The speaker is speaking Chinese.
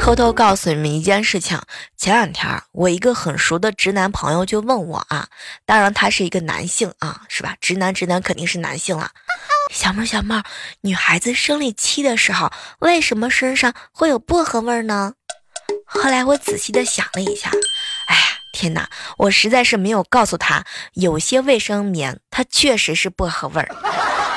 偷偷告诉你们一件事情，前两天我一个很熟的直男朋友就问我啊，当然他是一个男性啊，是吧？直男肯定是男性了。小妹，女孩子生理期的时候，为什么身上会有薄荷味呢？后来我仔细的想了一下，哎呀，天哪，我实在是没有告诉他，有些卫生棉它确实是薄荷味儿。